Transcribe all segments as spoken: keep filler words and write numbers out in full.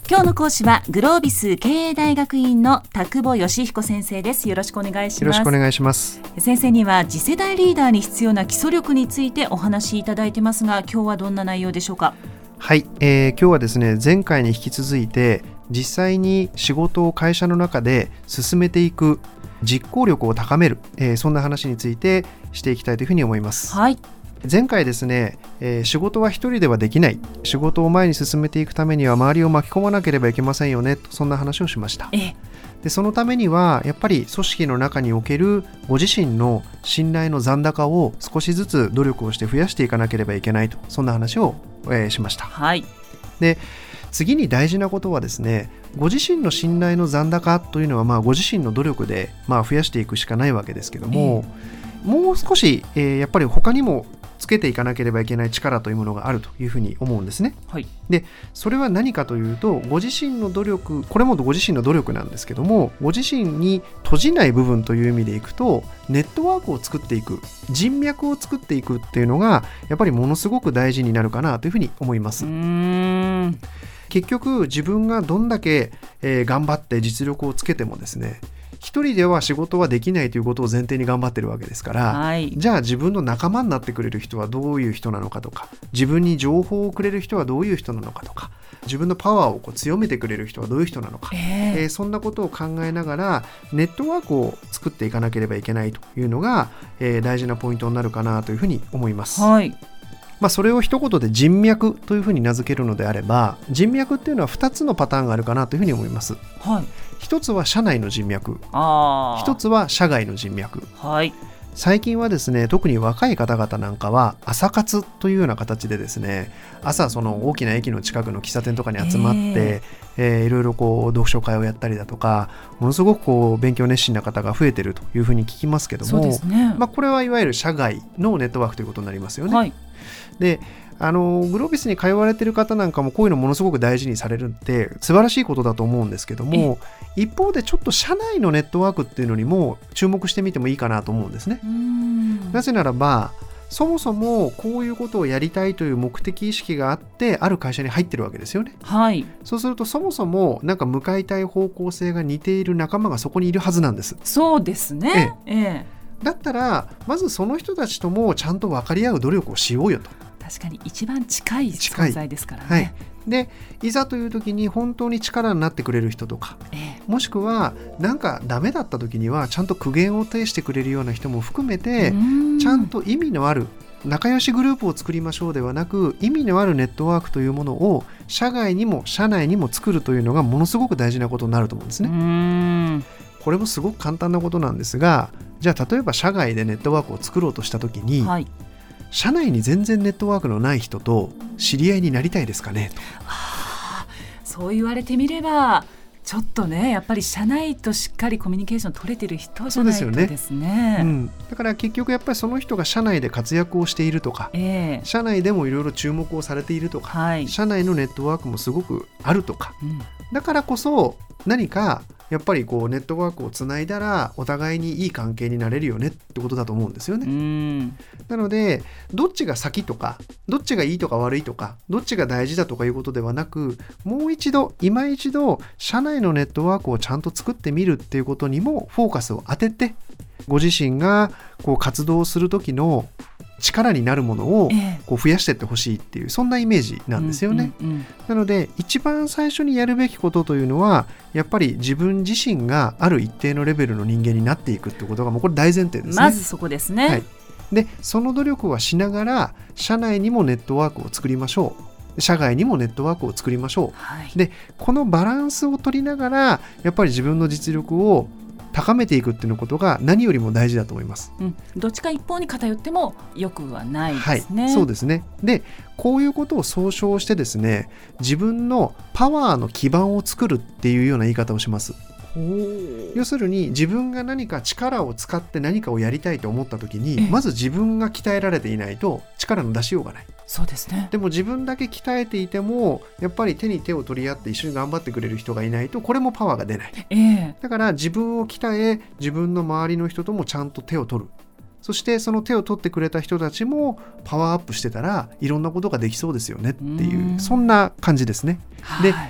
今日の講師はグロービス経営大学院の田久保義彦先生です。よろしくお願いします。 よろしくお願いします。 先生には次世代リーダーに必要な基礎力についてお話しいただいてますが、今日はどんな内容でしょうか。 はい、えー、今日はですね、前回に引き続いて実際に仕事を会社の中で進めていく実行力を高める、えー、そんな話についてしていきたいというふうに思います。 はい。 前回ですね、えー、仕事は一人ではできない、仕事を前に進めていくためには周りを巻き込まなければいけませんよねと、そんな話をしました。 えでそのためにはやっぱり組織の中におけるご自身の信頼の残高を少しずつ努力をして増やしていかなければいけないと、そんな話を、えー、しました。 はい。 で次に大事なことはですね、ご自身の信頼の残高というのはまあご自身の努力でまあ増やしていくしかないわけですけども、えー、もう少し、えー、やっぱり他にもつけていかなければいけない力というものがあるというふうに思うんですね。 はい。 でそれは何かというと、ご自身の努力、これもご自身の努力なんですけども、ご自身に閉じない部分という意味でいくと、ネットワークを作っていく、人脈を作っていくっていうのがやっぱりものすごく大事になるかなというふうに思います。 うーん結局自分がどんだけ、えー、頑張って実力をつけてもですね、一人では仕事はできないということを前提に頑張ってるわけですから、 はい、 じゃあ自分の仲間になってくれる人はどういう人なのかとか、自分に情報をくれる人はどういう人なのかとか、自分のパワーをこう強めてくれる人はどういう人なのか、 えーえー、そんなことを考えながらネットワークを作っていかなければいけないというのが、えー、大事なポイントになるかなというふうに思います。 はい。 まあ、それを一言で人脈というふうに名付けるのであれば、人脈っていうのはふたつのパターンがあるかなというふうに思います。 はい。 一つは社内の人脈、 あ一つは社外の人脈。 はい。 最近はですね、特に若い方々なんかは朝活というような形でですね、朝その大きな駅の近くの喫茶店とかに集まって、えーえー、いろいろこう読書会をやったりだとか、ものすごくこう勉強熱心な方が増えているというふうに聞きますけども、 そうですね。 まあ、これはいわゆる社外のネットワークということになりますよね。 はい。 であのグロービスに通われている方なんかもこういうのものすごく大事にされるって素晴らしいことだと思うんですけども、一方でちょっと社内のネットワークっていうのにも注目してみてもいいかなと思うんですね。 うーんなぜならば、そもそもこういうことをやりたいという目的意識があってある会社に入ってるわけですよね。 はい。 そうするとそもそもなんか向かいたい方向性が似ている仲間がそこにいるはずなんです。 そうですね。ええええ、 だったらまずその人たちともちゃんと分かり合う努力をしようよと。 確かに一番近い存在ですからね。 はい、でいざという時に本当に力になってくれる人とか、 ええ、 もしくはなんかダメだった時にはちゃんと苦言を呈してくれるような人も含めて、ちゃんと意味のある仲良しグループを作りましょうではなく、意味のあるネットワークというものを社外にも社内にも作るというのがものすごく大事なことになると思うんですね。 うーんこれもすごく簡単なことなんですが、じゃあ例えば社外でネットワークを作ろうとした時に、 はい、 社内に全然ネットワークのない人と知り合いになりたいですかねと。 あ、そう言われてみればちょっとね、やっぱり社内としっかりコミュニケーション取れてる人じゃないとですね。 うん、だから結局やっぱりその人が社内で活躍をしているとか、 えー、 社内でもいろいろ注目をされているとか、 はい、 社内のネットワークもすごくあるとか、 うん、 だからこそ何かやっぱりこうネットワークをつないだらお互いにいい関係になれるよねってことだと思うんですよね。 うん、 なのでどっちが先とかどっちがいいとか悪いとかどっちが大事だとかいうことではなく、もう一度今一度社内のネットワークをちゃんと作ってみるっていうことにもフォーカスを当てて、ご自身がこう活動する時の力になるものをこう増やしていってほしいっていう、そんなイメージなんですよね。 うんうんうん、 なので一番最初にやるべきことというのはやっぱり自分自身がある一定のレベルの人間になっていくってことがもうこれ大前提ですね。 まずそこですね。 はい、でその努力はしながら社内にもネットワークを作りましょう、社外にもネットワークを作りましょう、 はい、 でこのバランスを取りながらやっぱり自分の実力を高めていくっていうことが何よりも大事だと思います。 うん、どっちか一方に偏ってもよくはないですね。 はい、そうですね。でこういうことを総称してですね、自分のパワーの基盤を作るっていうような言い方をします。要するに自分が何か力を使って何かをやりたいと思った時に、まず自分が鍛えられていないと力の出しようがない。 そうですね。 でも自分だけ鍛えていてもやっぱり手に手を取り合って一緒に頑張ってくれる人がいないとこれもパワーが出ない、 えー、 だから自分を鍛え自分の周りの人ともちゃんと手を取る、そしてその手を取ってくれた人たちもパワーアップしてたらいろんなことができそうですよねっていう、そんな感じですね。で、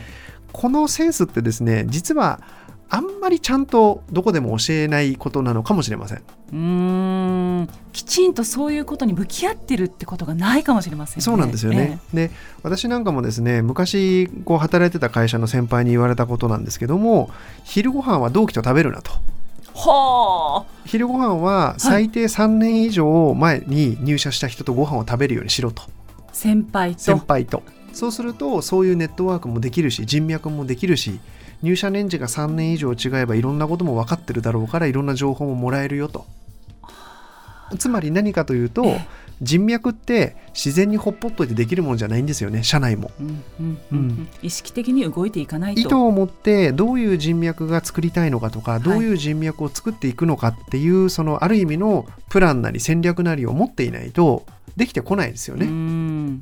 このセンスってですね、実はあんまりちゃんとどこでも教えないことなのかもしれません。 うーん、きちんとそういうことに向き合ってるってことがないかもしれませんね。 そうなんですよね、ええ、で私なんかもですね、昔こう働いてた会社の先輩に言われたことなんですけども、昼ご飯は同期と食べるなと。 はあ、 昼ご飯は最低さんねん以上前に入社した人とご飯を食べるようにしろと。 先輩と先輩とそうするとそういうネットワークもできるし、人脈もできるし、入社年次がさんねん以上違えばいろんなことも分かってるだろうから、いろんな情報ももらえるよと。つまり何かというと、ええ、人脈って自然にほっぽっといてできるものじゃないんですよね、社内も、うんうんうんうん、意識的に動いていかないと。 意図を持ってどういう人脈が作りたいのかとか、どういう人脈を作っていくのかっていう、はい、そのある意味のプランなり戦略なりを持っていないとできてこないですよね。うん、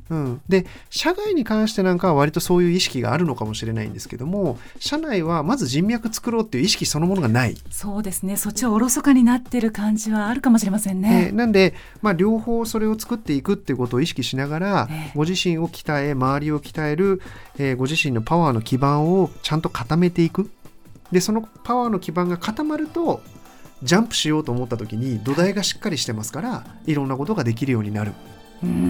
うん、で社外に関してなんかは割とそういう意識があるのかもしれないんですけども、社内はまず人脈作ろうっていう意識そのものがない。 そうですね、そっちはおろそかになってる感じはあるかもしれませんね、 えー、なんで、まあ、両方それを作っていくっていうことを意識しながら、えー、ご自身を鍛え周りを鍛える、えー、ご自身のパワーの基盤をちゃんと固めていく。でそのパワーの基盤が固まるとジャンプしようと思った時に土台がしっかりしてますから、いろんなことができるようになる。うん、うん、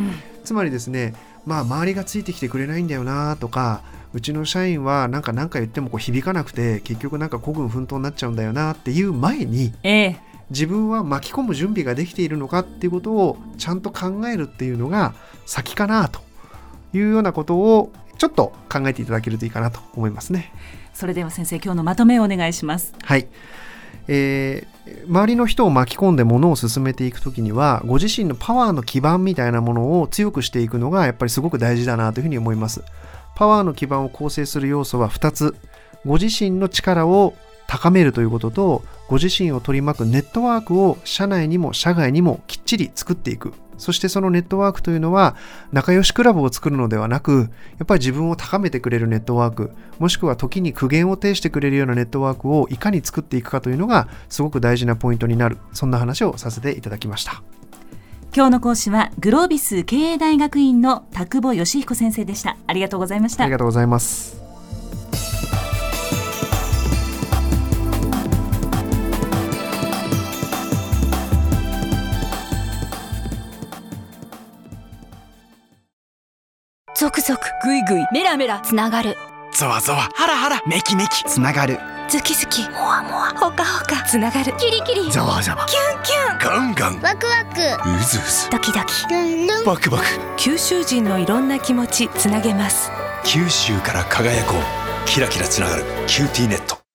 つまりですね、まあ周りがついてきてくれないんだよなとか、うちの社員はなんか何か言ってもこう響かなくて結局なんか孤軍奮闘になっちゃうんだよなっていう前に、ええ、自分は巻き込む準備ができているのかっていうことをちゃんと考えるっていうのが先かなというようなことをちょっと考えていただけるといいかなと思いますね。 それでは先生、今日のまとめをお願いします。 はい、えー、周りの人を巻き込んでものを進めていくときには、ご自身のパワーの基盤みたいなものを強くしていくのがやっぱりすごく大事だなというふうに思います。パワーの基盤を構成する要素はふたつ。ご自身の力を高めるということと、ご自身を取り巻くネットワークを社内にも社外にもきっちり作っていく。そしてそのネットワークというのは仲良しクラブを作るのではなく、やっぱり自分を高めてくれるネットワーク、もしくは時に苦言を呈してくれるようなネットワークをいかに作っていくかというのがすごく大事なポイントになる。そんな話をさせていただきました。 今日の講師はグロービス経営大学院の田久保義彦先生でした。ありがとうございました。 ありがとうございます。 ゾクゾクグイグイメラメラつながる、 ゾワゾワハラハラメキメキつながる、 ズキズキモワモワホカホカつながる、キリキリザワザワキュンキュンガンガンワクワクウズウズドキドキルンルンバクバク。 九州人のいろんな気持ちつなげます。 九州から輝こう、キラキラつながるキューティーネット。